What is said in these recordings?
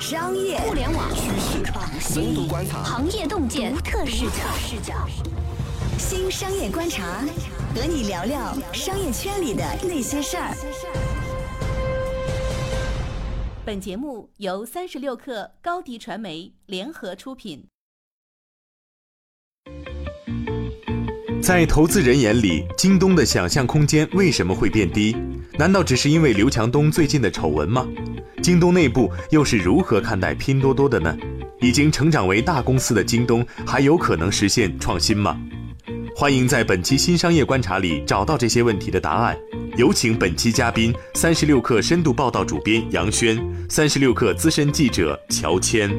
商业、 互联网、 趋势、深度观察、 行业洞见、独特视角。 新商业观察，和你聊聊商业圈里的那些事儿。 本节目由36氪高迪传媒联合出品。 在投资人眼里，京东的想象空间为什么会变低？难道只是因为刘强东最近的丑闻吗？京东内部又是如何看待拼多多的呢？已经成长为大公司的京东，还有可能实现创新吗？欢迎在本期新商业观察里找到这些问题的答案。有请本期嘉宾36氪深度报道主编杨轩，36氪资深记者乔谦。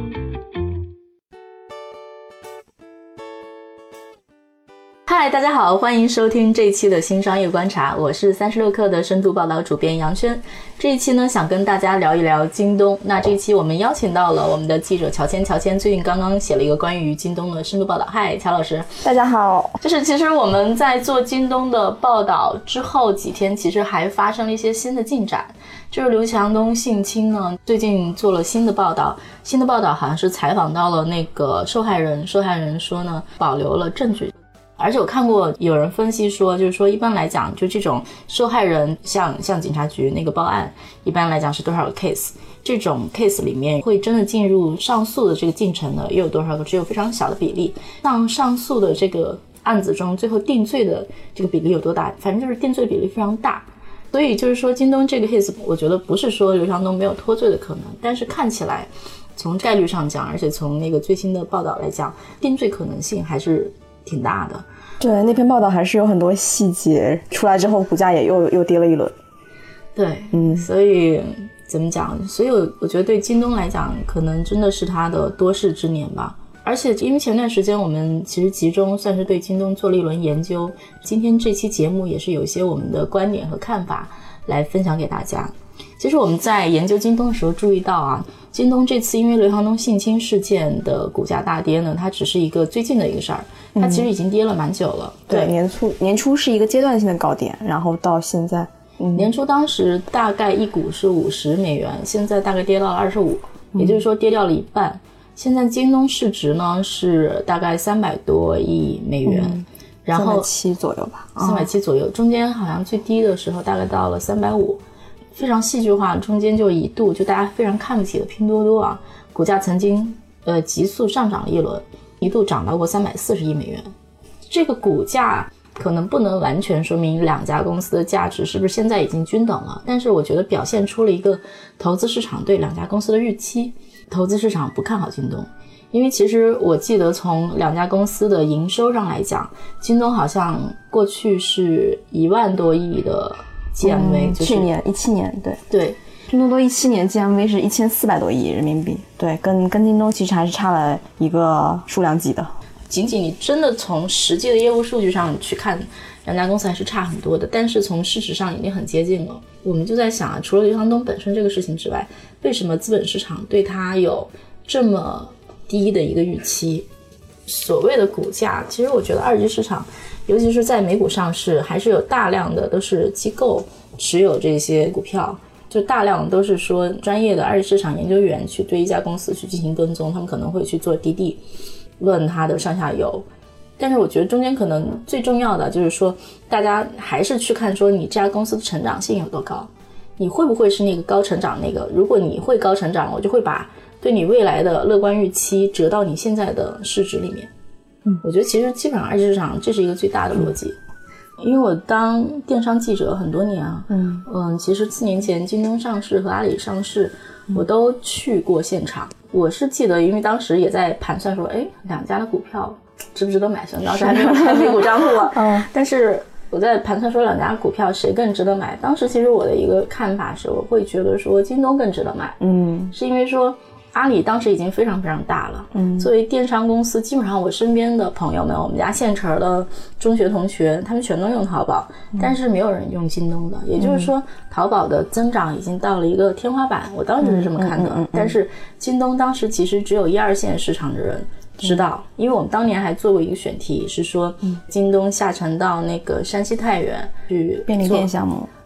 嗨，大家好，欢迎收听这一期的新商业观察，我是36氪的深度报道主编杨轩。这一期呢，想跟大家聊一聊京东。那这一期我们邀请到了我们的记者乔谦，最近刚刚写了一个关于京东的深度报道。嗨，乔老师。 大家好。 其实我们在做京东的报道之后几天，其实还发生了一些新的进展。就是刘强东性侵呢，最近做了新的报道好像是采访到了那个受害人说呢，保留了证据。而且我看过有人分析说，就是说一般来讲，就这种受害人像警察局那个报案，一般来讲是多少个 case， 这种 case 里面会真的进入上诉的这个进程呢，又有多少个，只有非常小的比例。像上诉的这个案子中，最后定罪的这个比例有多大？反正就是定罪比例非常大。所以就是说京东这个 case， 我觉得不是说刘强东没有脱罪的可能，但是看起来从概率上讲，而且从那个最新的报道来讲，定罪可能性还是挺大的。 对，那篇报道还是有很多细节出来之后，股价也又跌了一轮。 对，所以怎么讲？所以我觉得对京东来讲，可能真的是他的多事之年吧。而且因为前段时间我们其实集中算是对京东做了一轮研究，今天这期节目也是有一些我们的观点和看法来分享给大家。其实我们在研究京东的时候注意到啊，京东这次因为刘强东性侵事件的股价大跌呢，它只是一个最近的一个事儿，它其实已经跌了蛮久了。 对，年初是一个阶段性的高点，然后到现在， 年初当时大概一股是50美元，现在大概跌到了25，也就是说跌掉了一半。现在京东市值呢是大概300多亿美元，然后 370左右吧 ，370左右，中间好像最低的时候大概到了350。非常戏剧化，中间就一度就大家非常看不起的拼多多啊，股价曾经急速上涨了一轮，一度涨到过340亿美元。这个股价可能不能完全说明两家公司的价值是不是现在已经均等了，但是我觉得表现出了一个投资市场对两家公司的预期。投资市场不看好京东，因为其实我记得从两家公司的营收上来讲，京东好像过去是1万多亿的GMV， 去年17年，对，拼多多17年 GMV 是1400多亿人民币，对，跟京东其实还是差了一个数量级的。 仅仅你真的从实际的业务数据上去看，两家公司还是差很多的，但是从事实上已经很接近了。我们就在想啊，除了刘强东本身这个事情之外，为什么资本市场对它有这么低的一个预期？所谓的股价，其实我觉得二级市场尤其是在美股上市，还是有大量的都是机构持有这些股票，就大量都是说专业的二级市场研究员去对一家公司去进行跟踪，他们可能会去做滴滴，问它的上下游。但是我觉得中间可能最重要的就是说，大家还是去看说你这家公司的成长性有多高，你会不会是那个高成长那个。如果你会高成长，我就会把对你未来的乐观预期折到你现在的市值里面。我觉得其实基本上二级市场这是一个最大的逻辑。因为我当电商记者很多年啊，其实4年前京东上市和阿里上市，我都去过现场。我是记得，因为当时也在盘算说，两家的股票值不值得买，虽然当时还没有开美股账户啊，但是我在盘算说两家股票谁更值得买。当时其实我的一个看法是，我会觉得说京东更值得买，是因为说阿里当时已经非常非常大了，作为电商公司，基本上我身边的朋友们，我们家县城的中学同学，他们全都用淘宝，但是没有人用京东的，也就是说淘宝的增长已经到了一个天花板，我当时是这么看的，但是京东当时其实只有1、2线市场的人知道，因为我们当年还做过一个选题，是说京东下沉到那个山西太原去便利店项目，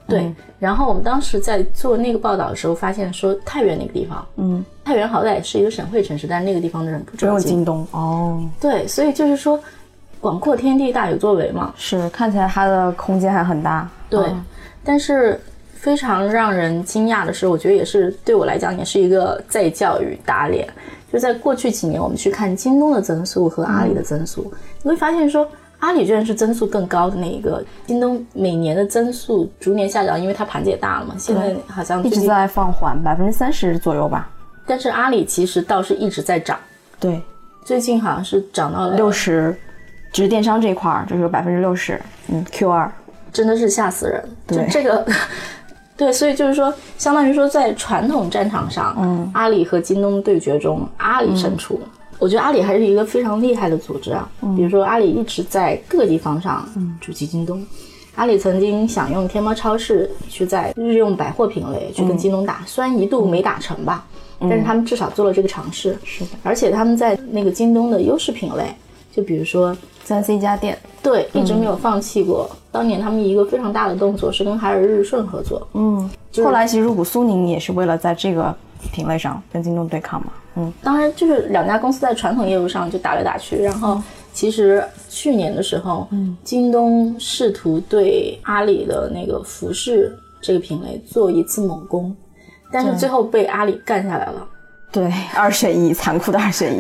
对，然后我们当时在做那个报道的时候，发现说太原那个地方，太原好歹是一个省会城市，但是那个地方的人不知道京东哦。 对，所以就是说，广阔天地大有作为嘛。 是，看起来它的空间还很大。 对，但是非常让人惊讶的是，我觉得也是对我来讲也是一个再教育打脸。就在过去几年，我们去看京东的增速和阿里的增速，你会发现说。阿里居然是增速更高的那一个，京东每年的增速逐年下降，因为它盘子也大了嘛，现在好像一直在放缓，30%左右吧。 但是阿里其实倒是一直在涨， 对， 最近好像是涨到了 60%，只是电商这一块就是有60%，Q2， 真的是吓死人。就这个，对，所以就是说，相当于说在传统战场上，阿里和京东对决中，阿里胜出。我觉得阿里还是一个非常厉害的组织啊，比如说阿里一直在各个地方上阻击京东，阿里曾经想用天猫超市去在日用百货品类去跟京东打，虽然一度没打成吧，但是他们至少做了这个尝试。 是的， 而且他们在那个京东的优势品类，就比如说 3C 家电， 对，一直没有放弃过。当年他们一个非常大的动作是跟海尔日顺合作， 后来其实入股苏宁也是为了在这个品类上跟京东对抗嘛。 当然就是两家公司在传统业务上就打来打去，然后其实去年的时候，京东试图对阿里的那个服饰这个品类做一次猛攻，但是最后被阿里干下来了。 对，2选1，残酷的2选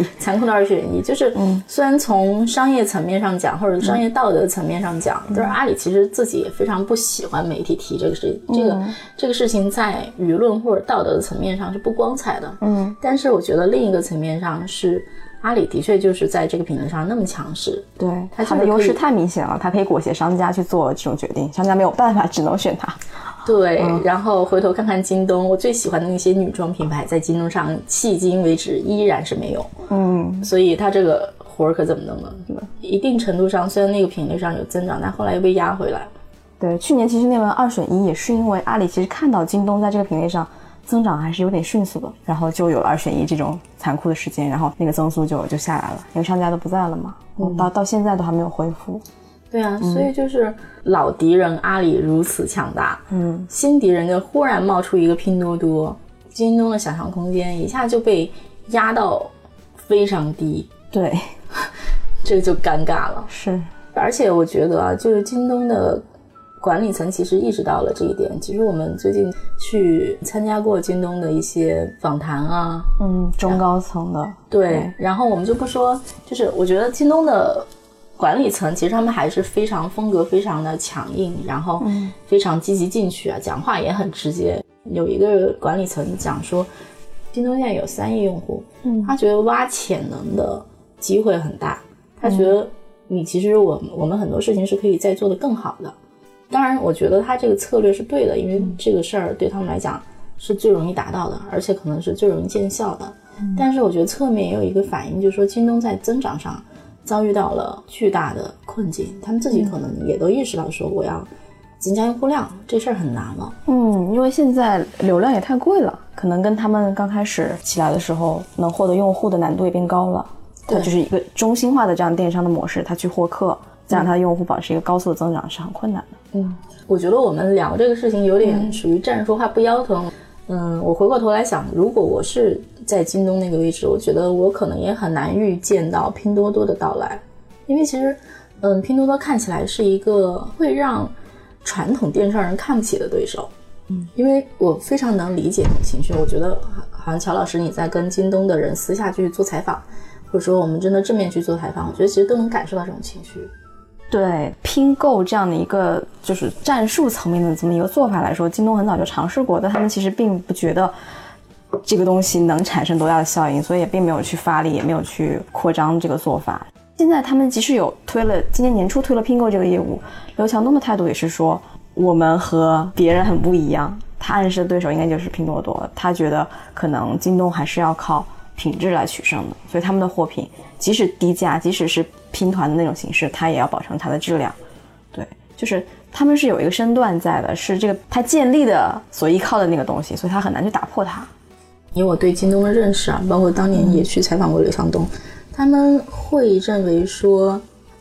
1， 就是虽然从商业层面上讲，或者商业道德层面上讲，就是阿里其实自己也非常不喜欢媒体提这个事情，这个事情在舆论或者道德的层面上是不光彩的。但是我觉得另一个层面上是阿里的确就是在这个品类上那么强势， 对，它的优势太明显了，它可以裹挟商家去做这种决定，商家没有办法，只能选它。 对，然后回头看看京东，我最喜欢的那些女装品牌在京东上迄今为止依然是没有，所以它这个活可怎么弄呢？一定程度上虽然那个品类上有增长，但后来又被压回来了。 对，去年其实那轮2选1也是因为阿里其实看到京东在这个品类上增长还是有点迅速的，然后就有了2选1这种残酷的时间，然后那个增速就下来了，因为商家都不在了嘛，到现在都还没有恢复。 对啊，所以就是老敌人阿里如此强大，新敌人就忽然冒出一个拼多多，京东的想象空间一下就被压到非常低， 对， 这个就尴尬了。 是， 而且我觉得啊，就是京东的管理层其实意识到了这一点。其实我们最近去参加过京东的一些访谈啊， 中高层的， 对，然后我们就不说，就是我觉得京东的管理层其实他们还是非常风格非常的强硬，然后非常积极进取啊，讲话也很直接。有一个管理层讲说，京东现在有3亿用户，他觉得挖潜能的机会很大，他觉得你其实我们很多事情是可以再做得更好的。当然我觉得他这个策略是对的，因为这个事儿对他们来讲是最容易达到的，而且可能是最容易见效的。但是我觉得侧面也有一个反应，就是说京东在增长上遭遇到了巨大的困境，他们自己可能也都意识到说我要增加用户量这事儿很难了。 因为现在流量也太贵了，可能跟他们刚开始起来的时候能获得用户的难度也变高了。它就是一个中心化的这样电商的模式，它去获客，再让它的用户保持一个高速的增长是很困难的。 我觉得我们聊这个事情有点属于站着说话不腰疼。我回过头来想，如果我是在京东那个位置，我觉得我可能也很难预见到拼多多的到来，因为其实拼多多看起来是一个会让传统电商人看不起的对手。因为我非常能理解这种情绪，我觉得好像乔老师你在跟京东的人私下去做采访，或者说我们真的正面去做采访，我觉得其实都能感受到这种情绪。 对拼购这样的一个就是战术层面的这么一个做法来说，京东很早就尝试过，但他们其实并不觉得这个东西能产生多大的效应，所以也并没有去发力，也没有去扩张这个做法。现在他们即使有今年年初推了拼购这个业务，刘强东的态度也是说我们和别人很不一样，他暗示的对手应该就是拼多多，他觉得可能京东还是要靠品质来取胜的，所以他们的货品即使低价，即使是拼团的那种形式，它也要保证它的质量。对，就是他们是有一个身段在的，是这个他建立的所依靠的那个东西，所以他很难去打破它。 因为我对京东的认识啊，包括当年也去采访过刘强东，他们会认为说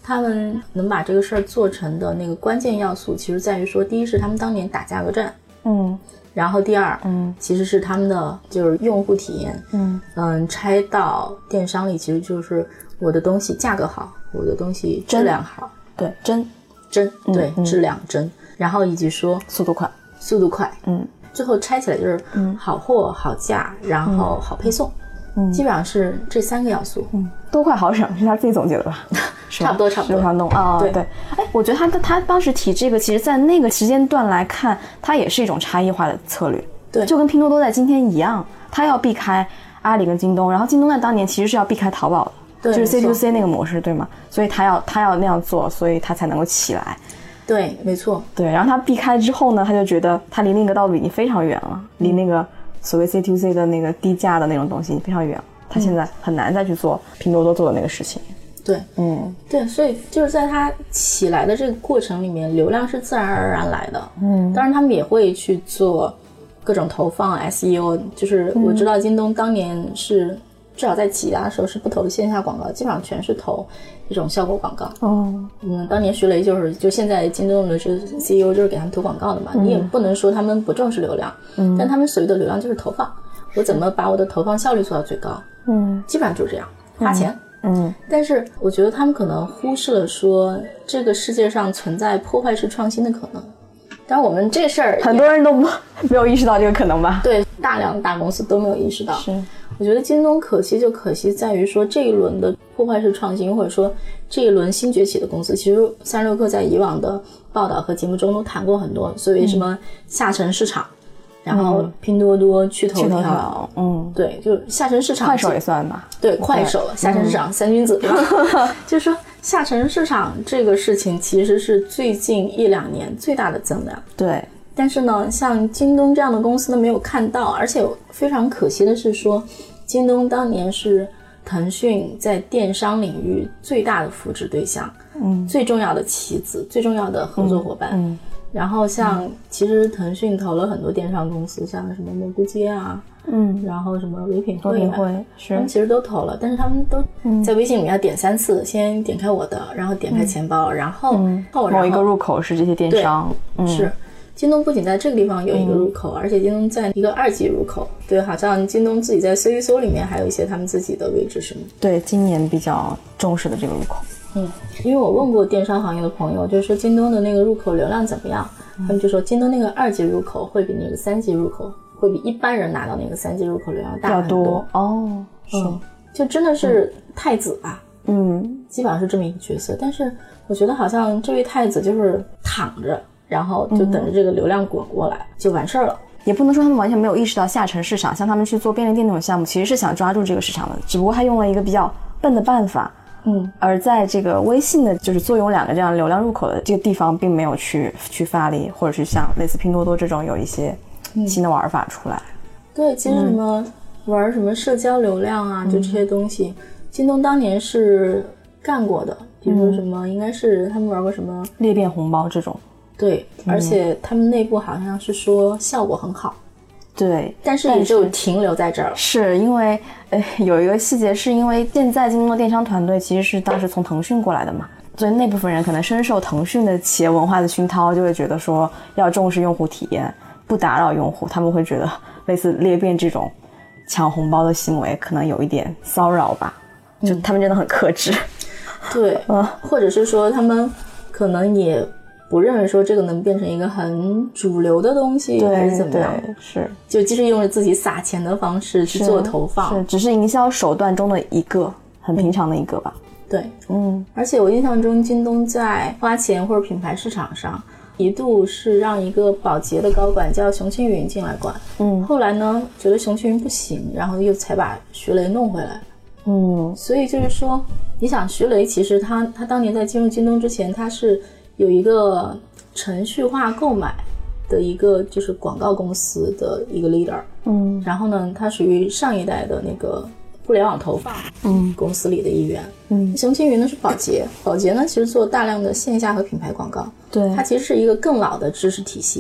他们能把这个事儿做成的那个关键要素，其实在于说，第一是他们当年打价格战，然后第二，其实是他们的就是用户体验，拆到电商里，其实就是我的东西价格好，我的东西质量好， 对，真， 对，质量真，然后以及说速度快， 最后拆起来就是好货好价，然后好配送，基本上是这3个要素。 多快好省是他自己总结的吧？ 差不多。 流畅动啊，对。哎，我觉得他当时提这个，其实在那个时间段来看，它也是一种差异化的策略。 对， 就跟拼多多在今天一样，它要避开阿里跟京东，然后京东在当年其实是要避开淘宝的，就是 C2C 那个模式，对吗？所以他要那样做，所以他才能够起来。 对，没错。 对，然后他避开之后呢，他就觉得他离那个道路已经非常远了，离那个所谓 C2C 的那个低价的那种东西非常远了。他现在很难再去做拼多多做的那个事情。 对，对，所以就是在他起来的这个过程里面，流量是自然而然来的。当然他们也会去做各种投放 SEO， 就是我知道京东当年是至少在起家的时候是不投线下广告，基本上全是投一种效果广告。当年徐雷就现在京东的这个 CEO 就是给他们投广告的嘛，你也不能说他们不重视流量，但他们所谓的流量就是投放，我怎么把我的投放效率做到最高，基本上就是这样，花钱。但是我觉得他们可能忽视了说这个世界上存在破坏式创新的可能。当然我们这事儿很多人都没有意识到这个可能吧？ 对，大量大公司都没有意识到。 是， 我觉得京东可惜就可惜在于说这一轮的破坏式创新，或者说这一轮新崛起的公司，其实36氪在以往的报道和节目中都谈过很多，所谓什么下沉市场，然后拼多多、趣头条，对，就下沉市场， 快手也算吧？ 对，快手、下沉市场三君子，对吧？就是说下沉市场这个事情其实是最近1-2年最大的增量。 对， 但是呢，像京东这样的公司呢没有看到，而且非常可惜的是说，京东当年是腾讯在电商领域最大的扶持对象，最重要的棋子，最重要的合作伙伴。然后像其实腾讯投了很多电商公司，像什么蘑菇街啊，然后什么唯品会啊，他们其实都投了，但是他们都在微信里面要点3次，先点开我的，然后点开钱包，然后某一个入口是这些电商， 是京东不仅在这个地方有一个入口，而且京东在一个2级入口。对，好像京东自己在搜一搜里面还有一些他们自己的位置，是吗？ 对，今年比较重视的这个入口。 因为我问过电商行业的朋友，就是说京东的那个入口流量怎么样，他们就说京东那个2级入口会比那个3级入口，会比一般人拿到那个3级入口流量大很多。就真的是太子吧，基本上是这么一个角色。但是我觉得好像这位太子就是躺着，然后就等着这个流量滚过来，就完事儿了。 也不能说他们完全没有意识到下沉市场，像他们去做便利店那种项目，其实是想抓住这个市场的，只不过他用了一个比较笨的办法。而在这个微信的就是坐拥2个这样流量入口的这个地方，并没有去发力，或者是像类似拼多多这种有一些新的玩法出来。 对，其实什么玩什么社交流量啊，就这些东西，京东当年是干过的。比如说什么，应该是他们玩过什么裂变红包这种。 对，而且他们内部好像是说效果很好。 对， 但是也就停留在这儿了。 是因为有一个细节，是因为现在京东的电商团队其实是当时从腾讯过来的嘛，所以那部分人可能深受腾讯的企业文化的熏陶，就会觉得说要重视用户体验，不打扰用户，他们会觉得类似裂变这种抢红包的行为可能有一点骚扰吧，就他们真的很克制。 对，或者是说他们可能也不认为说这个能变成一个很主流的东西，还是怎么样？ 是， 就继续用着自己撒钱的方式去做投放， 是只是营销手段中的一个很平常的一个吧。 对，而且我印象中京东在花钱或者品牌市场上一度是让一个宝洁的高管叫熊青云进来管，后来呢觉得熊青云不行，然后又才把徐雷弄回来。所以就是说，你想徐雷其实他当年在进入京东之前，他是有一个程序化购买的一个就是广告公司的一个 leader，然后呢，他属于上一代的那个互联网投放公司里的一员。熊青云呢是宝洁，宝洁呢其实做大量的线下和品牌广告，对，它其实是一个更老的知识体系，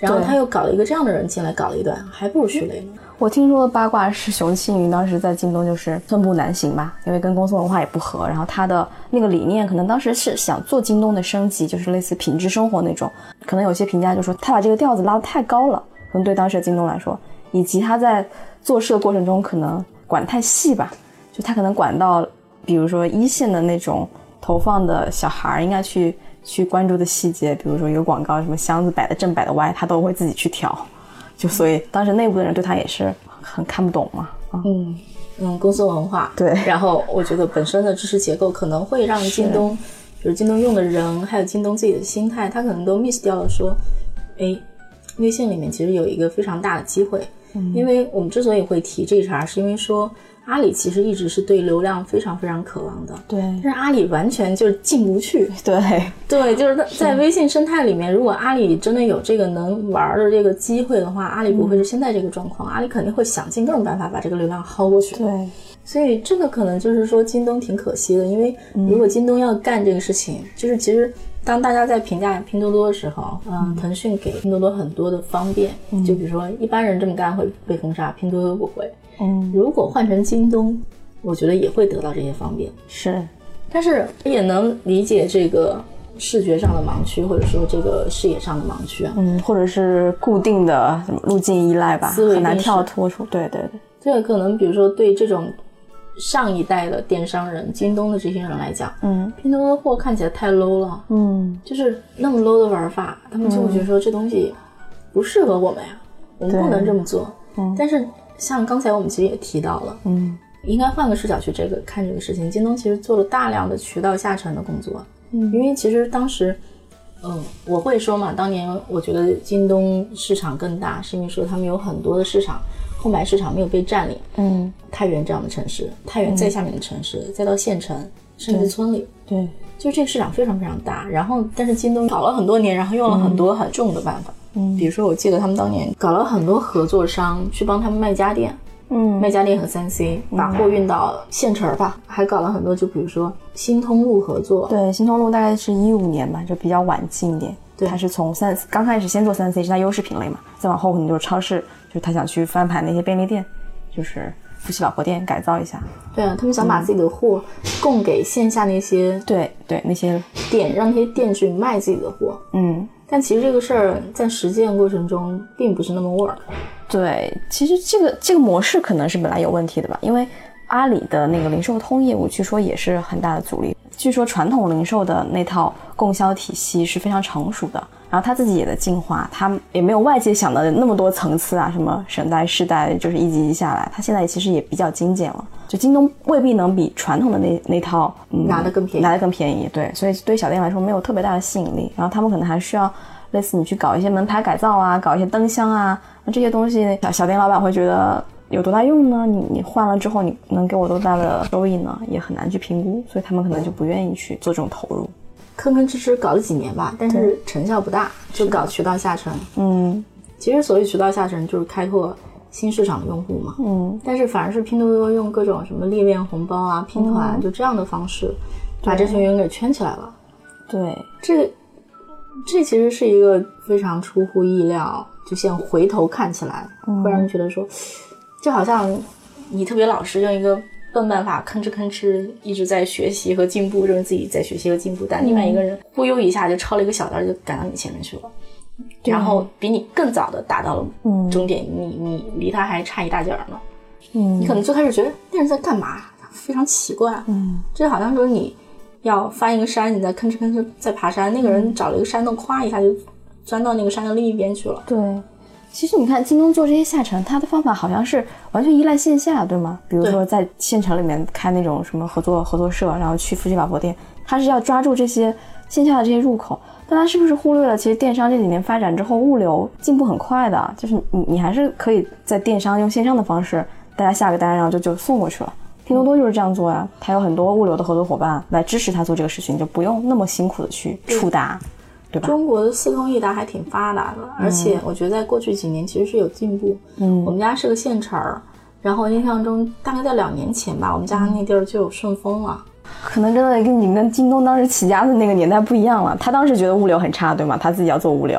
然后他又搞了一个这样的人进来搞了一段，还不如徐雷呢。 我听说的八卦是熊庆云当时在京东就是寸步难行吧，因为跟公司文化也不合，然后他的那个理念可能当时是想做京东的升级，就是类似品质生活那种，可能有些评价就说他把这个调子拉得太高了，可能对当时的京东来说，以及他在做事的过程中可能管太细吧，就他可能管到比如说一线的那种投放的小孩应该去关注的细节，比如说一个广告什么箱子摆的正摆的歪，他都会自己去调，就所以当时内部的人对他也是很看不懂嘛。 公司文化对， 然后我觉得本身的知识结构可能会让京东，比如京东用的人，还有京东自己的心态，他可能都 miss 掉了说，微信里面其实有一个非常大的机会，因为我们之所以会提这一茬，是因为说阿里其实一直是对流量非常非常渴望的， 对， 但是阿里完全就是进不去，对，就是在微信生态里面，如果阿里真的有这个能玩的这个机会的话，阿里不会是现在这个状况，阿里肯定会想尽各种办法把这个流量薅过去， 对， 所以这个可能就是说京东挺可惜的，因为如果京东要干这个事情，就是其实当大家在评价拼多多的时候，腾讯给拼多多很多的方便，就比如说一般人这么干会被封杀，拼多多不会。如果换成京东，我觉得也会得到这些方便。 是， 但是也能理解这个视觉上的盲区，或者说这个视野上的盲区啊， 或者是固定的什么路径依赖吧，很难跳脱出。对， 这个可能比如说对这种上一代的电商人，京东的这些人来讲，拼多多的货看起来太 low 了，就是那么 low 的玩法，他们就会觉得说这东西不适合我们呀，我们不能这么做。但是像刚才我们其实也提到了，应该换个视角去看这个事情，京东其实做了大量的渠道下沉的工作，因为其实当时我会说嘛，当年我觉得京东市场更大，是因为说他们有很多的市场空白市场没有被占领，太原这样的城市，太原再下面的城市，再到县城甚至村里， 对， 就这个市场非常非常大。然后但是京东搞了很多年，然后用了很多很重的办法，比如说我记得他们当年搞了很多合作商去帮他们卖家电，卖家电和 3C 把货运到县城吧，还搞了很多，就比如说新通路合作。 对，新通路大概是15年吧，就比较晚近一点。对，他是从刚开始先做 3C 是他优势品类嘛，再往后可能就是超市，就是他想去翻盘那些便利店，就是夫妻老婆店改造一下。 对啊，他们想把自己的货供给线下那些对那些店，让那些店去卖自己的货。但其实这个事儿在实践过程中并不是那么 work。 对，其实这个模式可能是本来有问题的吧，因为阿里的那个零售通业务据说也是很大的阻力。据说传统零售的那套供销体系是非常成熟的，然后他自己也在进化，他也没有外界想的那么多层次啊，什么省代市代就是一级一级下来，他现在其实也比较精简了，就京东未必能比传统的那套拿得更便宜。 对，所以对小店来说没有特别大的吸引力，然后他们可能还需要类似你去搞一些门牌改造啊，搞一些灯箱啊，这些东西小店老板会觉得有多大用呢？你换了之后你能给我多大的收益呢？也很难去评估，所以他们可能就不愿意去做这种投入。 吭吭哧哧搞了几年吧，但是成效不大，就搞渠道下沉。其实所谓渠道下沉就是开拓新市场的用户嘛。但是反而是拼多多用各种什么裂变红包啊、拼团就这样的方式把这群人给圈起来了。 对， 这其实是一个非常出乎意料，就现在回头看起来会让人觉得说就好像你特别老实用一个笨办法吭哧吭哧一直在学习和进步，认为自己在学习和进步，但另外一个人忽悠一下就超了一个小道就赶到你前面去了，然后比你更早的达到了终点，你离他还差一大截呢。你可能最开始觉得那人在干嘛，非常奇怪。这好像说你要翻一个山，你在吭哧吭哧在爬山，那个人找了一个山洞，咵一下就钻到那个山的另一边去了。 对，其实你看京东做这些下沉，它的方法好像是完全依赖线下，对吗？比如说在县城里面开那种什么合作社，然后去夫妻老婆店，它是要抓住这些线下的这些入口，但它是不是忽略了其实电商这几年发展之后物流进步很快的，就是你还是可以在电商用线上的方式大家下个单然后就送过去了。拼多多就是这样做呀，它有很多物流的合作伙伴来支持它做这个事情，就不用那么辛苦的去触达，对吧？ 中国的四通一达还挺发达的，而且我觉得在过去几年其实是有进步。我们家是个县城，然后印象中大概在2年前吧，我们家那地儿就有顺丰了。 可能真的跟你跟京东当时起家的那个年代不一样了，他当时觉得物流很差，对吗？他自己要做物流。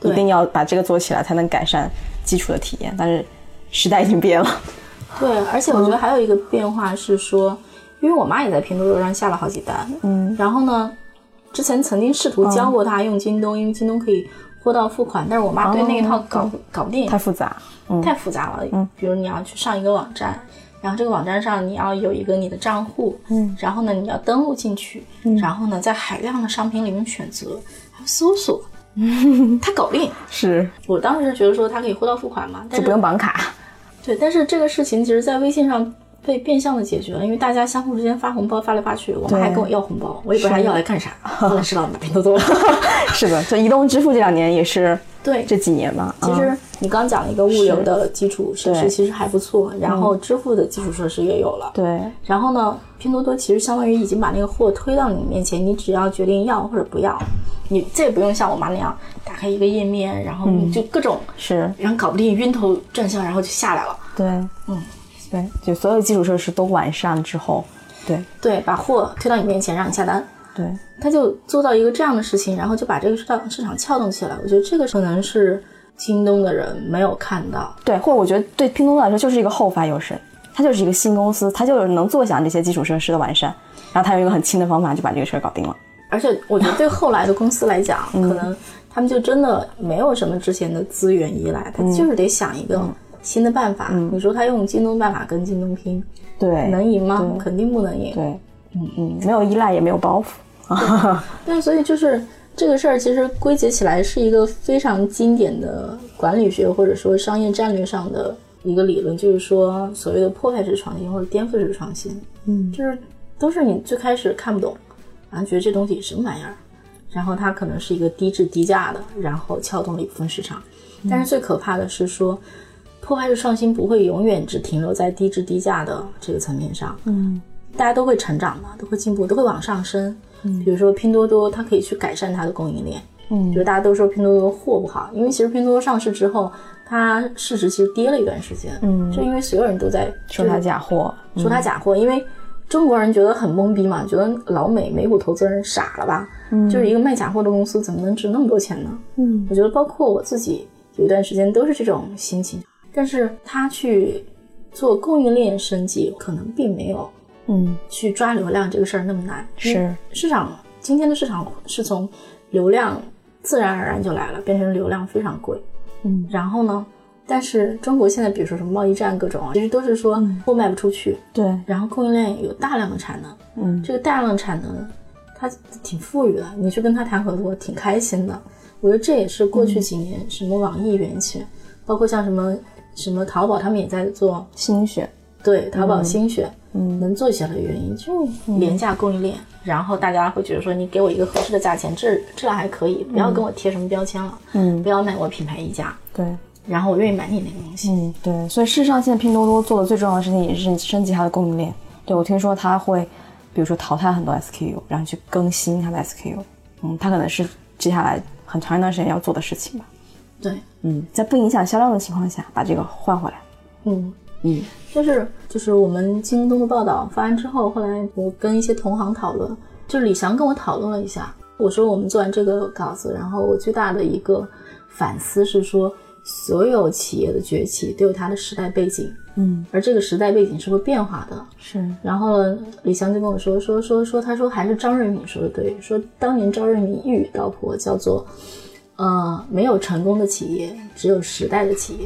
一定要把这个做起来才能改善基础的体验，但是时代已经变了。 对，而且我觉得还有一个变化是说，因为我妈也在拼多多上下了好几单，然后呢之前曾经试图教过她用京东，因为京东可以货到付款，但是我妈对那一套搞不定， 太复杂了。 比如你要去上一个网站，然后这个网站上你要有一个你的账户，然后呢你要登录进去，然后呢在海量的商品里面选择，还有搜索，她搞不定。 是我当时是觉得说她可以货到付款嘛，但是就不用绑卡。对， 但是这个事情其实在微信上被变相的解决了，因为大家相互之间发红包发来发去，我妈还跟我要红包，我也不知道她要来干啥，后来知道买拼多多了。 是的，就移动支付这2年也是对这几年吧。 其实你刚讲了一个物流的基础设施其实还不错，然后支付的基础设施也有了。 对， 然后呢拼多多其实相当于已经把那个货推到你面前，你只要决定要或者不要，你这也不用像我妈那样打开一个页面，然后就各种是， 然后搞不定晕头转向，然后就下来了。 对，对，就所有基础设施都完善之后，对， 把货推到你面前让你下单。 对， 他就做到一个这样的事情，然后就把这个市场撬动起来。我觉得这个可能是京东的人没有看到， 对，或者我觉得对拼多多来说就是一个后发优势，它就是一个新公司，它就是能坐享这些基础设施的完善，然后它用一个很轻的方法就把这个事儿搞定了。 而且我觉得对后来的公司来讲，可能他们就真的没有什么之前的资源依赖，他就是得想一个新的办法。你说他用京东办法跟京东拼， 对， 能赢吗？肯定不能赢。 对，没有依赖也没有包袱。 对，所以就是这个事儿其实归结起来是一个非常经典的管理学或者说商业战略上的一个理论，就是说所谓的破坏式创新或者颠覆式创新，就是都是你最开始看不懂，然后觉得这东西什么玩意儿，然后它可能是一个低质低价的，然后撬动了一部分市场。但是最可怕的是说破坏式创新不会永远只停留在低质低价的这个层面上，大家都会成长的，都会进步，都会往上升。比如说拼多多它可以去改善它的供应链，比如大家都说拼多多货不好，因为其实拼多多上市之后它市值其实跌了一段时间，就因为所有人都在说它假货， 因为中国人觉得很懵逼嘛，觉得老美股投资人傻了吧，就是一个卖假货的公司怎么能值那么多钱呢？我觉得包括我自己有一段时间都是这种心情，但是他去做供应链升级可能并没有去抓流量这个事儿那么难。 是今天的市场是从流量自然而然就来了，变成流量非常贵。然后呢，但是中国现在比如说什么贸易战各种其实都是说货卖不出去， 对， 然后供应链有大量的产能，这个大量的产能它挺富裕的，你去跟他谈合作挺开心的。我觉得这也是过去几年什么网易源起，包括像什么淘宝他们也在做新选， 对，淘宝新选能做起来的原因就廉价供应链，然后大家会觉得说你给我一个合适的价钱，质量还可以，不要跟我贴什么标签了，不要卖我品牌溢价， 对， 然后我愿意买你那个东西。 对，所以事实上现在拼多多做的最重要的事情也是升级它的供应链。对，我听说它会比如说淘汰很多 SKU， 然后去更新它的 SKU，它可能是接下来很长一段时间要做的事情吧。 对， 在不影响销量的情况下把这个换回来。 就是我们京东的报道发完之后，后来我跟一些同行讨论，就是李翔跟我讨论了一下，我说我们做完这个稿子，然后我最大的一个反思是说所有企业的崛起都有它的时代背景，而这个时代背景是会变化的。 是， 然后李翔就跟我说他说还是张瑞敏说的对，说当年张瑞敏一语道破，叫做没有成功的企业，只有时代的企业。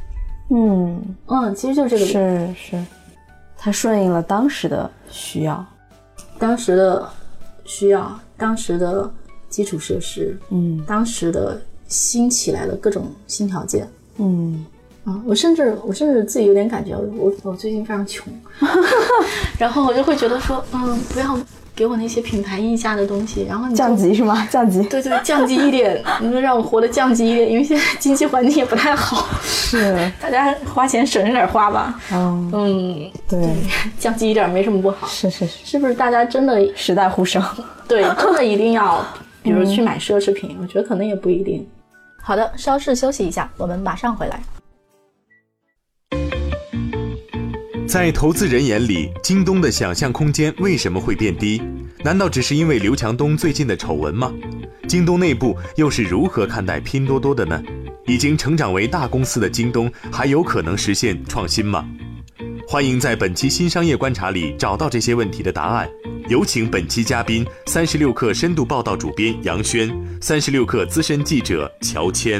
其实就是这个理是它顺应了当时的需要， 当时的基础设施，当时的新起来的各种新条件，我甚至自己有点感觉，我最近非常穷，然后我就会觉得说，不要给我那些品牌溢价的东西，然后你降级是吗？降级， 对，降级一点，能让我活得降级一点，因为现在经济环境也不太好， 是大家花钱省着点花吧。 对， 降级一点没什么不好。是不是大家真的时代呼声？ 对，真的一定要，比如去买奢侈品，我觉得可能也不一定。好的，稍事休息一下，我们马上回来。 在投资人眼里，京东的想象空间为什么会变低？难道只是因为刘强东最近的丑闻吗？ 京东内部又是如何看待拼多多的呢？已经成长为大公司的京东还有可能实现创新吗？欢迎在本期新商业观察里找到这些问题的答案。有请本期嘉宾36氪深度报道主编杨轩，36氪资深记者乔谦。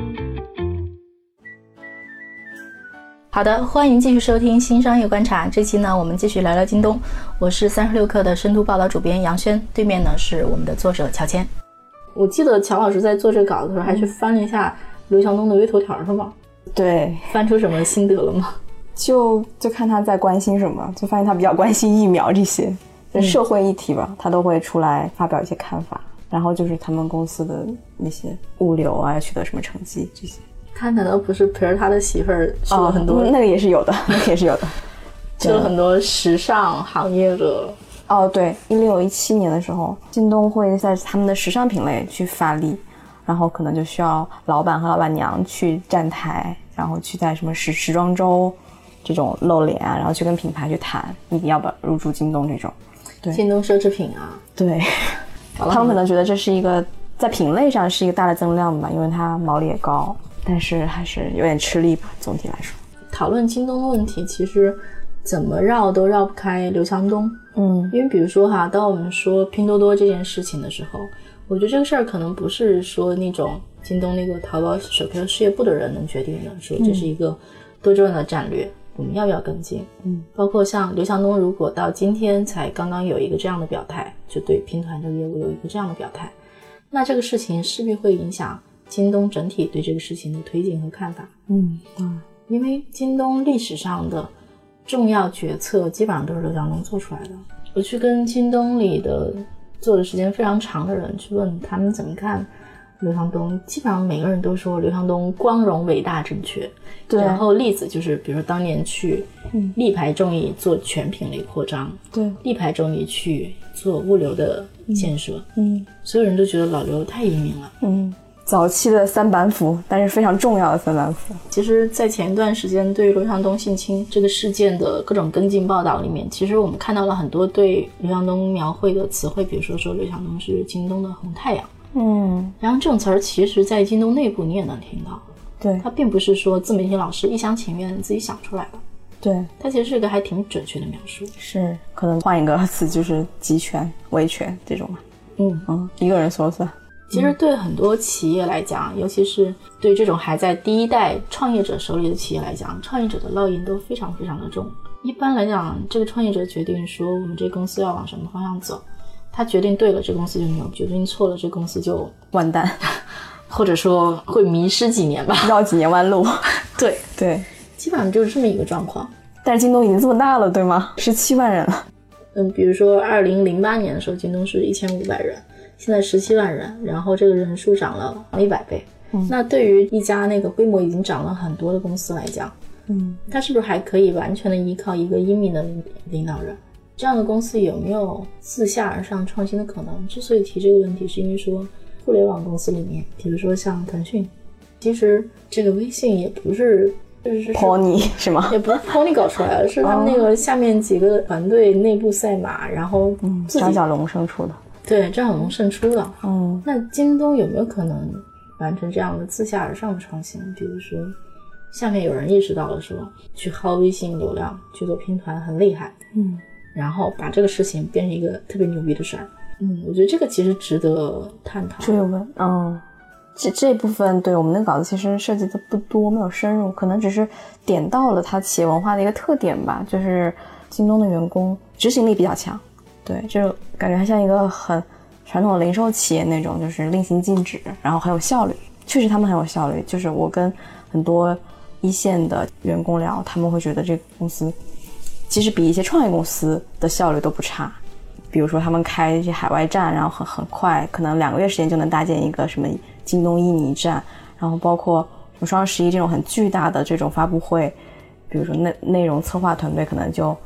好的，欢迎继续收听新商业观察。这期呢，我们继续聊聊京东。我是36氪的深度报道主编杨轩，对面呢是我们的作者乔谦。我记得乔老师在做这个稿子的时候，还去翻了一下刘强东的微头条，是吗？ 对， 翻出什么心得了吗？ 就看他在关心什么，就发现他比较关心疫苗这些社会议题吧，他都会出来发表一些看法。然后就是他们公司的那些物流啊，取得什么成绩这些。 他难道不是陪着他的媳妇儿去了很多？ 那个也是有的，那个也是有的， 去了很多时尚行业的。 对，16、17年的时候，京东会在他们的时尚品类去发力，然后可能就需要老板和老板娘去站台，然后去在什么时装周这种露脸啊，然后去跟品牌去谈，你要不要入驻京东这种。对， 京东奢侈品啊， 对，他们可能觉得这是一个在品类上是一个大的增量吧，因为它毛利也高，但是还是有点吃力吧。总体来说， 讨论京东的问题，其实怎么绕都绕不开刘强东。因为比如说哈，当我们说拼多多这件事情的时候，我觉得这个事儿可能不是说那种京东那个淘宝首批事业部的人能决定的，说这是一个多重要的战略，我们要不要跟进？包括像刘强东如果到今天才刚刚有一个这样的表态，就对拼团这个业务有一个这样的表态，那这个事情势必会影响京东整体对这个事情的推进和看法。因为京东历史上的重要决策基本上都是刘强东做出来的。我去跟京东里的做的时间非常长的人去问他们怎么看刘强东，基本上每个人都说刘强东光荣伟大正确。对，然后例子就是比如说当年去力排众议做全品类扩张，对，力排众议去做物流的建设，所有人都觉得老刘太英明了。 早期的三板斧，但是非常重要的三板斧。 其实在前一段时间对于刘强东性侵这个事件的各种跟进报道里面，其实我们看到了很多对刘强东描绘的词汇，比如说刘强东是京东的红太阳。然后这种词儿其实在京东内部你也能听到。对，它并不是说自媒体老师一厢情愿自己想出来的。对，它其实是一个还挺准确的描述。 是，可能换一个词就是集权、维权这种嘛。一个人说了算。 其实对很多企业来讲，尤其是对这种还在第一代创业者手里的企业来讲，创业者的烙印都非常非常的重。一般来讲，这个创业者决定说我们这公司要往什么方向走，他决定对了，这公司就牛；决定错了，这公司就完蛋， 或者说会迷失几年吧， 绕几年弯路。对， 基本上就是这么一个状况。 但是京东已经这么大了，对吗？17万人了。 比如说2008年的时候，京东是1500人。现在17万人，然后这个人数涨了100倍。那对于一家那个规模已经涨了很多的公司来讲，他是不是还可以完全的依靠一个英明的领导人？这样的公司有没有自下而上创新的可能？之所以提这个问题，是因为说互联网公司里面，比如说像腾讯，其实这个微信也不是 Pony 是吗？ 也不是 Pony 搞出来的，是他们那个下面几个团队内部赛马，然后张小龙胜出的。 对，张小龙胜出了。那京东有没有可能完成这样的自下而上的创新？比如说下面有人意识到了说去薅微信流量去做拼团很厉害，然后把这个事情变成一个特别牛逼的事儿。我觉得这个其实值得探讨追问。这部分对我们的稿子其实涉及的不多，没有深入，可能只是点到了它企业文化的一个特点吧，就是京东的员工执行力比较强。对，就感觉还像一个很传统的零售企业那种，就是令行禁止，然后很有效率。确实他们很有效率，就是我跟很多一线的员工聊，他们会觉得这个公司其实比一些创业公司的效率都不差。比如说他们开一些海外站，然后很快，可能2个月时间就能搭建一个什么京东印尼站，然后包括什么双11这种很巨大的这种发布会，比如说内容策划团队可能就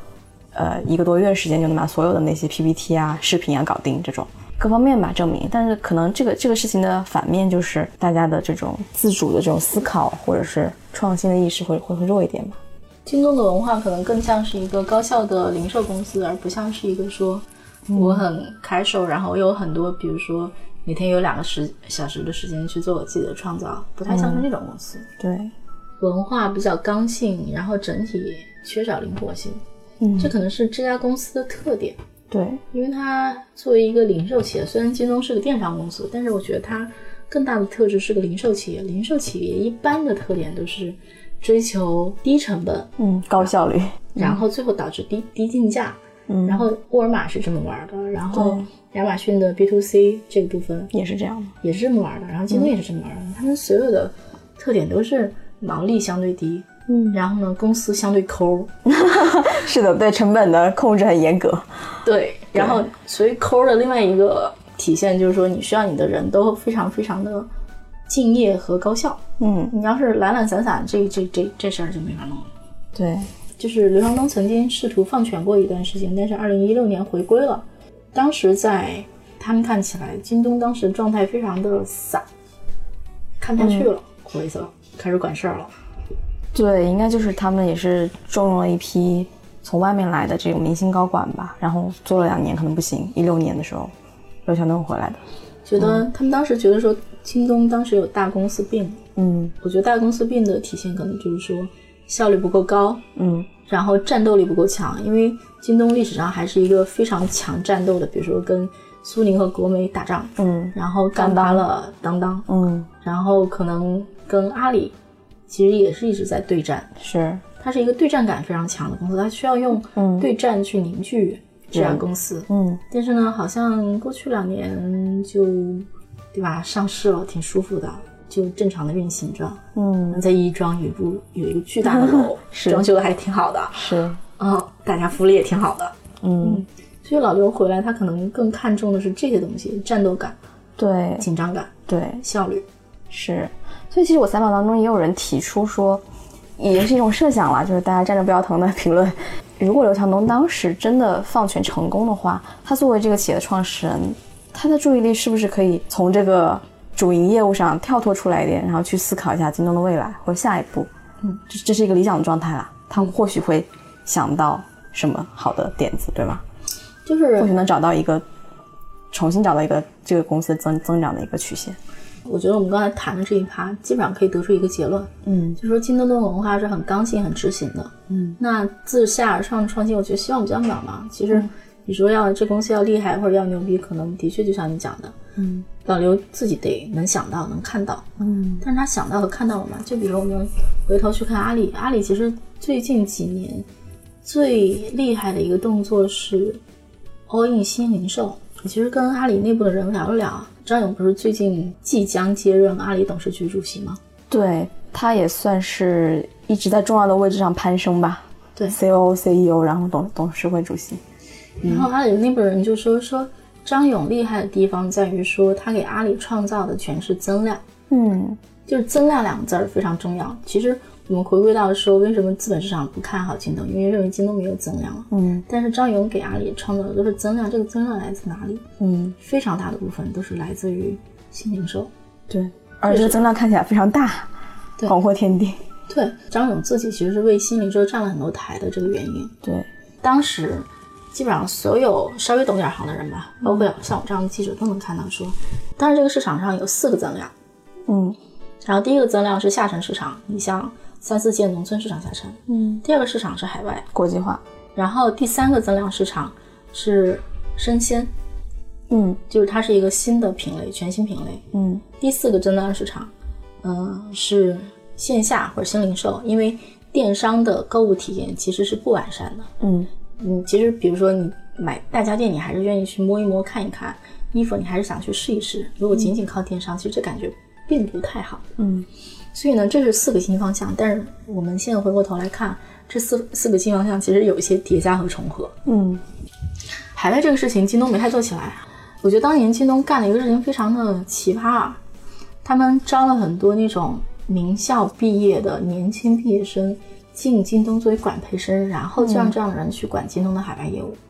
1个多月时间就能把所有的那些 PPT 啊、视频啊搞定，这种各方面吧证明。但是可能这个事情的反面就是大家的这种自主的这种思考或者是创新的意识会弱一点吧。 京东的文化可能更像是一个高效的零售公司，而不像是一个说我很开手，然后有很多比如说每天有2个小时的时间去做我自己的创造，不太像是这种公司。 对， 文化比较刚性，然后整体缺少灵活性。这可能是这家公司的特点。 对， 因为它作为一个零售企业，虽然京东是个电商公司，但是我觉得它更大的特质是个零售企业。零售企业一般的特点都是追求低成本， 高效率， 然后最后导致低进价。然后沃尔玛是这么玩的，然后亚马逊的 B2C 这个部分也是这样的， 也是这么玩的，然后京东也是这么玩的。他们所有的特点都是毛利相对低，然后呢公司相对抠。 是的，对成本的控制很严格。 对，然后所以抠的另外一个体现就是说，你需要你的人都非常非常的敬业和高效。你要是懒懒散散，这事儿就没法弄了。 对， 就是刘强东曾经试图放权过一段时间，但是2016年回归了。当时在他们看起来，京东当时状态非常的散，看不下去了，回色开始管事儿了。 对，应该就是他们也是重用了一批从外面来的这种明星高管吧，然后做了2年可能不行，16年的时候刘强东回来的。 觉得他们当时觉得说京东当时有大公司病。我觉得大公司病的体现可能就是说效率不够高，然后战斗力不够强。因为京东历史上还是一个非常强战斗的，比如说跟苏宁和国美打仗，然后干拔了当当，然后可能跟阿里其实也是一直在对战。 是， 它是一个对战感非常强的公司，它需要用对战去凝聚这家公司。但是呢，好像过去2年就，对吧，上市了，挺舒服的，就正常的运行着。在亦庄有一个巨大的楼，装修的还挺好的。是，大家福利也挺好的。所以老刘回来，他可能更看重的是这些东西：战斗感， 对， 紧张感， 对， 效率。 是，所以其实我采访当中也有人提出说，也是一种设想啦，就是大家站着不腰疼的评论。如果刘强东当时真的放权成功的话，他作为这个企业的创始人，他的注意力是不是可以从这个主营业务上跳脱出来一点，然后去思考一下京东的未来或者下一步？这是一个理想的状态啦，他或许会想到什么好的点子，对吗？就是或许能重新找到一个这个公司增长的一个曲线。 我觉得我们刚才谈的这一趴基本上可以得出一个结论，就是说京东的文化是很刚性很执行的。那自下而上的创新，我觉得希望比较渺茫。其实你说这公司要厉害或者要牛逼，可能的确就像你讲的，老刘自己得能想到能看到，但是他想到和看到了嘛？就比如我们回头去看阿里其实最近几年最厉害的一个动作是 all in 新零售。我其实跟阿里内部的人聊了聊，张勇不是最近即将接任阿里董事局主席吗？对， 他也算是一直在重要的位置上攀升吧。 对 ，COO、CEO， 然后董事会主席。 然后阿里内部人就说张勇厉害的地方在于说他给阿里创造的全是增量。就是增量2个字非常重要。其实我们回归到说为什么资本市场不看好京东，因为认为京东没有增量了。但是张勇给阿里创造的都是增量，这个增量来自哪里？非常大的部分都是来自于新零售。 对，而这个增量看起来非常大，广阔天地。 对，张勇自己其实是为新零售占了很多台的这个原因。对，当时基本上所有稍微懂点行的人吧，包括像我这样的记者都能看到说，当时这个市场上有4个增量。然后第一个增量是下沉市场，你像3、4线农村市场下沉。第二个市场是海外国际化。 然后第3个增量市场是生鲜。就是它是一个新的品类，全新品类。第4个增量市场是线下或者新零售，因为电商的购物体验其实是不完善的。其实比如说你买大家电，你还是愿意去摸一摸看一看，衣服你还是想去试一试，如果仅仅靠电商，其实这感觉并不太好。所以呢，这是4个新方向，但是我们现在回过头来看，这四个新方向其实有一些叠加和重合。海外这个事情京东没太做起来，我觉得当年京东干了一个事情非常的奇葩，他们招了很多那种名校毕业的年轻毕业生进京东作为管培生，然后就让这样的人去管京东的海外业务。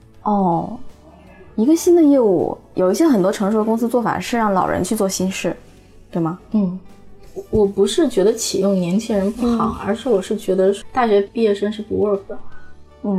一个新的业务，有一些很多成熟的公司做法是让老人去做新事，对吗？ 我不是觉得启用年轻人不好，而是我是觉得大学毕业生是不 work 的。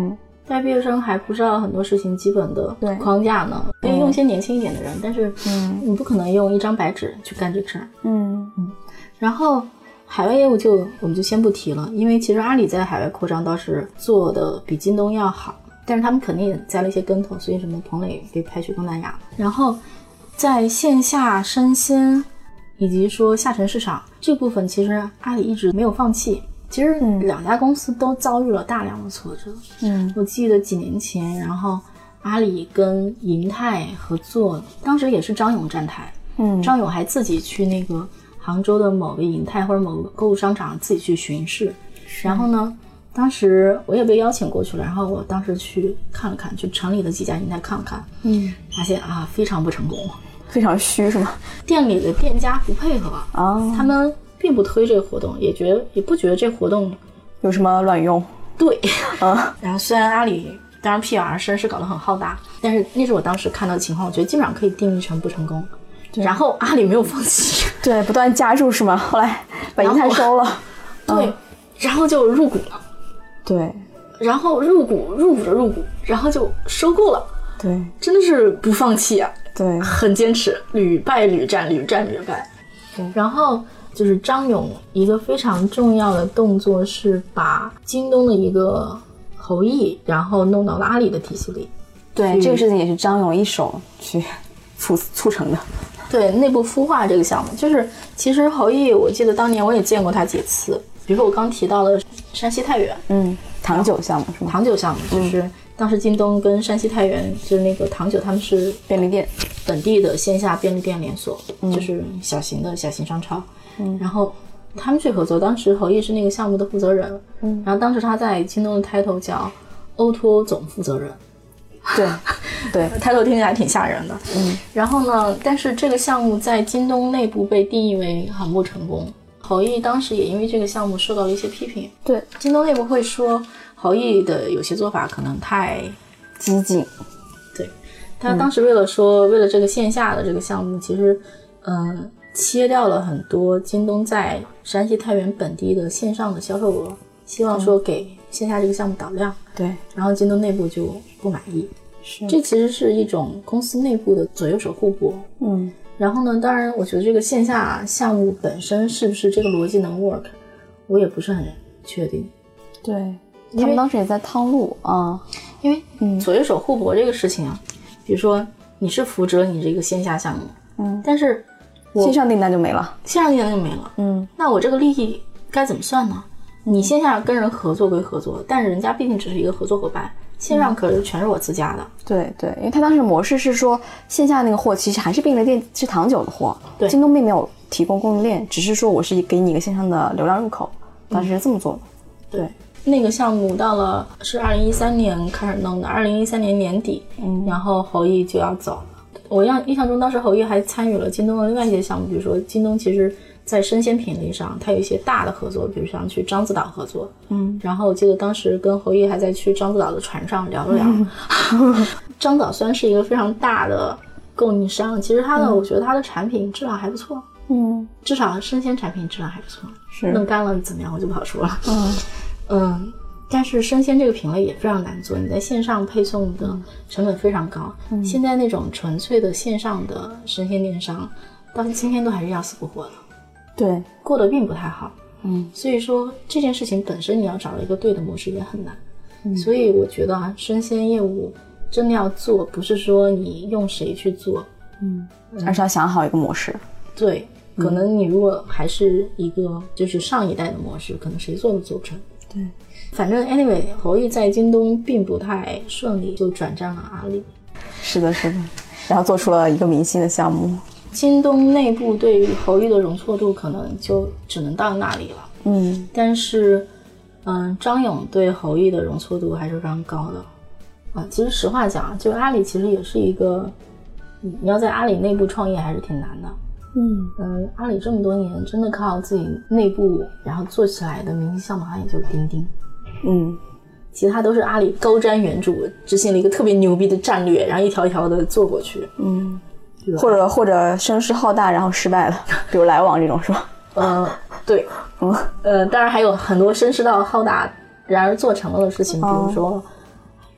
大学毕业生还不知道很多事情基本的框架呢，可以用些年轻一点的人，但是你不可能用一张白纸去干这个事儿。然后海外业务我们就先不提了，因为其实阿里在海外扩张倒是做的比京东要好，但是他们肯定也栽了一些跟头，所以什么彭磊被派去东南亚了。然后在线下生鲜以及说下沉市场这部分，其实阿里一直没有放弃。其实两家公司都遭遇了大量的挫折。我记得几年前，然后阿里跟银泰合作，当时也是张勇站台。张勇还自己去那个杭州的某个银泰或者某个购物商场自己去巡视。然后呢，当时我也被邀请过去了，然后我当时去看了看，去城里的几家银泰看了看，发现非常不成功， 非常虚是吗？ 店里的店家不配合他们并不推这个活动，也不觉得这活动有什么卵用。 对然后虽然阿里当然 PR 声势搞得很浩大，但是那是我当时看到的情况，我觉得基本上可以定义成不成功。然后阿里没有放弃， 对，不断加注是吗？后来把银泰收了。 对，然后就入股了。对，然后入股着入股，然后就收购了。对，真的是不放弃啊。对，很坚持，屡败屡战，屡战屡败。然后就是张勇一个非常重要的动作是把京东的一个侯毅然后弄到了阿里的体系里。对， 这个事情也是张勇一手去促成的。 对，内部孵化这个项目，就是其实侯毅我记得当年我也见过他几次，比如说我刚提到了山西太原糖酒项目是吗？ 糖酒项目就是当时京东跟山西太原就是那个糖酒他们是便利店本地的线下便利店连锁，就是小型商超，然后他们去合作，当时侯毅是那个项目的负责人，然后当时他在京东的 title 叫 O2O 总负责人。对，title 听起来挺吓人的。然后呢，但是这个项目在京东内部被定义为很不成功。侯毅当时也因为这个项目受到了一些批评。对，京东内部会说侯毅的有些做法可能太激进。 对，他当时为了这个线下的这个项目，其实切掉了很多京东在山西太原本地的线上的销售额，希望说给线下这个项目导量。对，然后京东内部就不满意。这其实是一种公司内部的左右手互搏。然后呢，当然我觉得这个线下项目本身是不是这个逻辑能 work， 我也不是很确定。对， 他们当时也在趟路因为左右手互搏这个事情啊，比如说你是扶着你这个线下项目，但是线上订单就没了， 那我这个利益该怎么算呢？你线下跟人合作归合作，但是人家毕竟只是一个合作伙伴，线上可是全是我自家的。 对，因为他当时模式是说线下那个货其实还是便利店是糖酒的货，对，京东并没有提供供应链，只是说我是给你一个线上的流量入口，当时是这么做的。 对，那个项目到了是2013年开始弄的，2013年年底，然后侯毅就要走了。我印象中当时侯毅还参与了京东的另外一些项目，比如说京东其实在生鲜品类上它有一些大的合作，比如像去獐子岛合作，然后我记得当时跟侯毅还在去獐子岛的船上聊了聊。獐子岛虽然是一个非常大的供应商，其实我觉得它的产品质量还不错，至少生鲜产品质量还不错，弄干了怎么样我就不好说了。但是生鲜这个品类也非常难做，你在线上配送的成本非常高，现在那种纯粹的线上的生鲜电商到今天都还是要死不活的，对，过得并不太好。所以说这件事情本身你要找一个对的模式也很难。所以我觉得生鲜业务真的要做，不是说你用谁去做， 而是要想好一个模式。 对，可能你如果还是一个就是上一代的模式，可能谁做都做不成。对，反正 anyway 侯毅在京东并不太顺利，就转战了阿里。 是的，然后做出了一个明星的项目。 京东内部对于侯毅的容错度可能就只能到那里了。但是张勇对侯毅的容错度还是非常高的。其实实话讲，就阿里其实也是一个你要在阿里内部创业还是挺难的。阿里这么多年真的靠自己内部然后做起来的明星项目好像也就钉钉。其他都是阿里高瞻远瞩，执行了一个特别牛逼的战略，然后一条一条的做过去。 或者声势浩大然后失败了，比如来往这种是吧？ 对。当然还有很多声势到浩大然而做成了的事情，比如说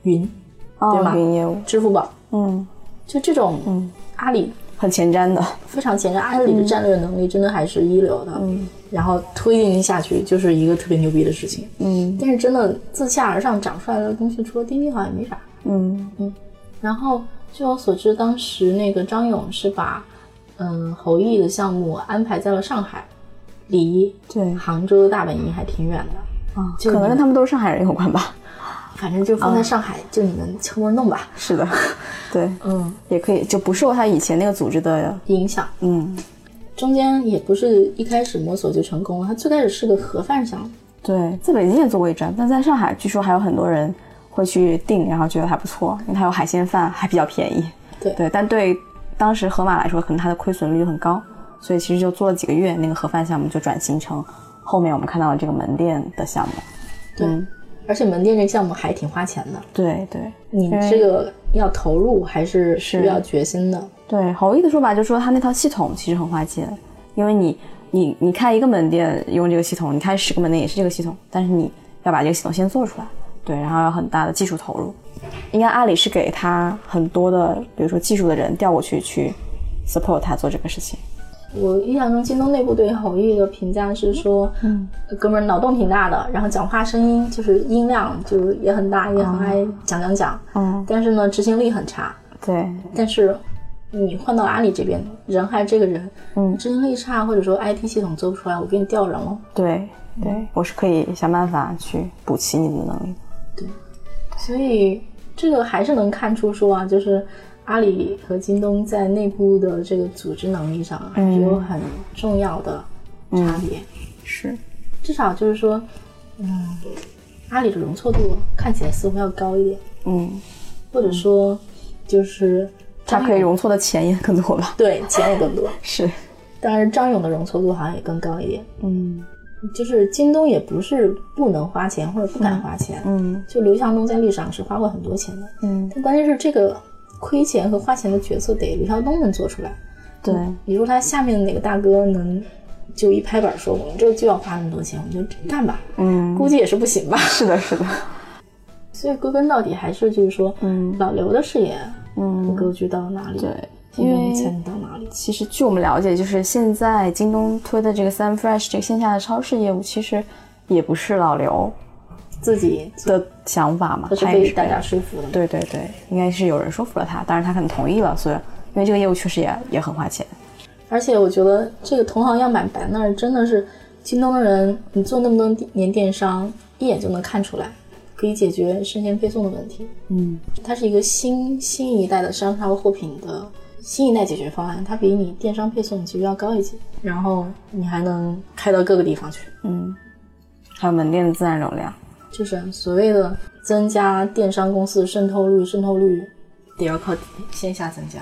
云，对吗？ 云业务， 支付宝，就这种，阿里很前瞻的， 非常前瞻，阿里的战略能力真的还是一流的，然后推进下去就是一个特别牛逼的事情，但是真的自下而上长出来的东西，除了滴滴好像也没啥，然后据我所知，当时那个张勇是把侯毅的项目安排在了上海，离杭州的大本营还挺远的啊，可能跟他们都是上海人有关吧。 反正就放在上海，就你们悄摸弄吧。 是的，对，也可以，就不受他以前那个组织的影响。中间也不是一开始摸索就成功了，他最开始是个盒饭项目。 对，在北京也做过一站，但在上海据说还有很多人会去订，然后觉得还不错，因为它有海鲜饭，还比较便宜。对，但对当时盒马来说，可能它的亏损率很高，所以其实就做了几个月，那个盒饭项目就转型成后面我们看到的这个门店的项目。 对。而且门店这个项目还挺花钱的，对，你这个要投入还是需要决心的。 对，侯毅的说法就是说他那套系统其实很花钱，因为你开一个门店用这个系统，你开10个门店也是这个系统，但是你要把这个系统先做出来，对，然后要很大的技术投入。应该阿里是给他很多的，比如说技术的人调过去 support 他做这个事情。 我印象中京东内部对侯毅的评价是说，哥们儿脑洞挺大的，然后讲话声音就是音量就也很大，也很爱讲，但是呢执行力很差。 对， 但是你换到阿里这边，人还是这个人，执行力差或者说 IT 系统做不出来，我给你调人了。 对，我是可以想办法去补齐你的能力。 对，所以这个还是能看出说啊，就是阿里和京东在内部的这个组织能力上还是有很重要的差别。 是， 至少就是说，阿里的容错度看起来似乎要高一点。或者说就是它可以容错的钱也更多吧？ 对，钱也更多。 是， 当然张勇的容错度好像也更高一点。就是京东也不是不能花钱或者不敢花钱。就刘强东在历史上是花过很多钱的。但关键是这个亏钱和花钱的决策得刘强东能做出来。 对， 比如他下面的哪个大哥能就一拍板说我们这就要花那么多钱，我们就干吧。估计也是不行吧。 是的。 所以归根到底还是就是说，老刘的视野，格局到哪里， 对，因为到哪里。 其实据我们了解，就是现在京东推的这个 3Fresh 这个线下的超市业务，其实也不是老刘自己的想法嘛， 他是被大家说服的。 对，应该是有人说服了他，当然他可能同意了，所以因为这个业务确实也很花钱。 而且我觉得这个同行样板摆那儿真的是京东的人，你做那么多年电商，一眼就能看出来。可以解决生鲜配送的问题。它是一个新一代的商超货品的新一代解决方案，它比你电商配送其实要高一级，然后你还能开到各个地方去。 还有门店的自然流量， 就是所谓的增加电商公司的渗透率得要靠线下增加。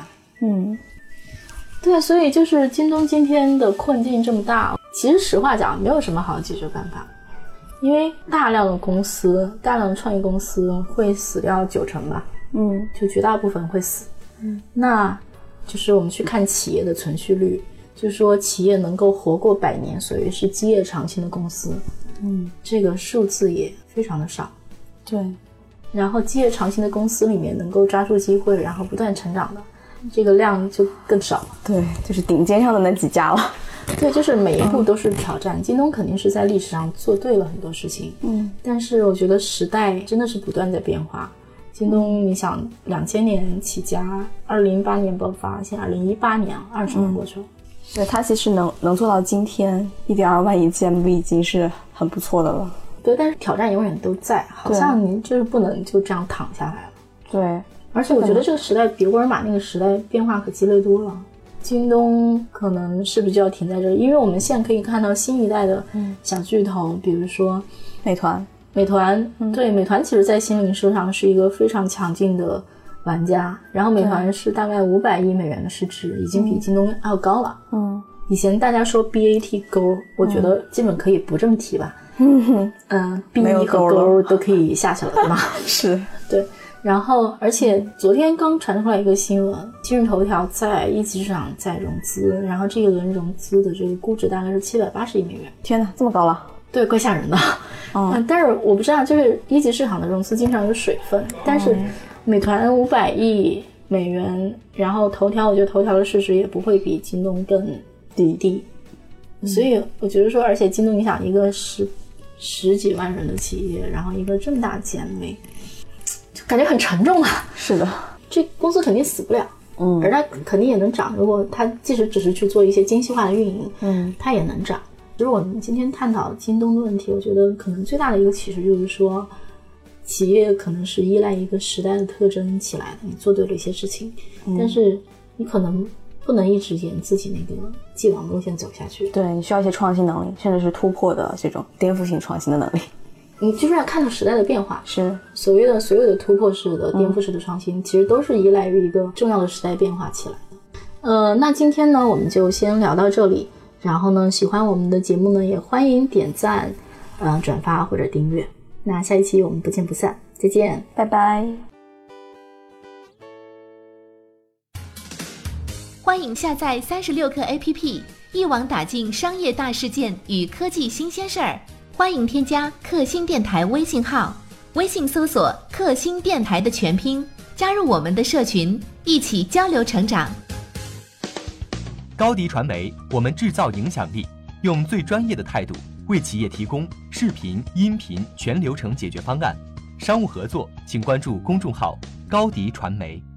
对，所以就是京东今天的困境这么大，其实实话讲没有什么好的解决办法。因为大量的公司，大量的创业公司会死掉90%吧，就绝大部分会死。那就是我们去看企业的存续率，就是说企业能够活过100年，所谓是基业长青的公司，这个数字也非常的少。 对， 然后基业长青的公司里面能够抓住机会，然后不断成长的，这个量就更少。 对，就是顶尖上的那几家了。 对，就是每一步都是挑战。京东肯定是在历史上做对了很多事情，但是我觉得时代真的是不断在变化。京东，你想2000年起家，2008年爆发，现在2018年，20年过去了。 对，它其实能做到今天1.2万亿 GMV 已经是很不错的了。 对，但是挑战永远都在，好像你就是不能就这样躺下来了。 对， 而且我觉得这个时代比沃尔玛那个时代变化可激烈多了。京东可能是不是就要停在这儿？因为我们现在可以看到新一代的小巨头，比如说美团， 对，美团其实在新零售上是一个非常强劲的玩家，然后美团是大概500亿美元的市值，已经比京东要高了。以前大家说 BAT 勾，我觉得基本可以不这么提吧。B 和勾都可以下去了嘛。 是， 对。然后而且昨天刚传出来一个新闻，今日头条在一级市场在融资，然后这一轮融资的这个估值大概是780亿美元。 天哪，这么高了。 对，怪吓人的。但是我不知道，就是一级市场的融资经常有水分，但是美团500亿美元，然后头条，我觉得头条的市值也不会比京东更低，所以我觉得说，而且京东影响一个十几万人的企业，然后一个这么大的 GMV， 就感觉很沉重啊。 是的， 这公司肯定死不了，而它肯定也能涨。如果它即使只是去做一些精细化的运营，它也能涨。如果我们今天探讨京东的问题，我觉得可能最大的一个启示就是说，企业可能是依赖一个时代的特征起来的，你做对了一些事情，但是你可能不能一直沿自己那个既往路线走下去。 对，你需要一些创新能力，甚至是突破的这种颠覆性创新的能力。 你就是要看到时代的变化， 是所谓的所有的突破式的、颠覆式的创新，其实都是依赖于一个重要的时代变化起来的。那今天呢，我们就先聊到这里。然后呢，喜欢我们的节目呢，也欢迎点赞、转发或者订阅。那下一期我们不见不散，再见， 拜拜。 欢迎下载36课 APP， 一网打尽商业大事件与科技新鲜事儿。欢迎添加克星电台微信号，微信搜索克星电台的全拼，加入我们的社群，一起交流成长。 高迪传媒，我们制造影响力，用最专业的态度为企业提供视频、音频全流程解决方案。商务合作，请关注公众号高迪传媒。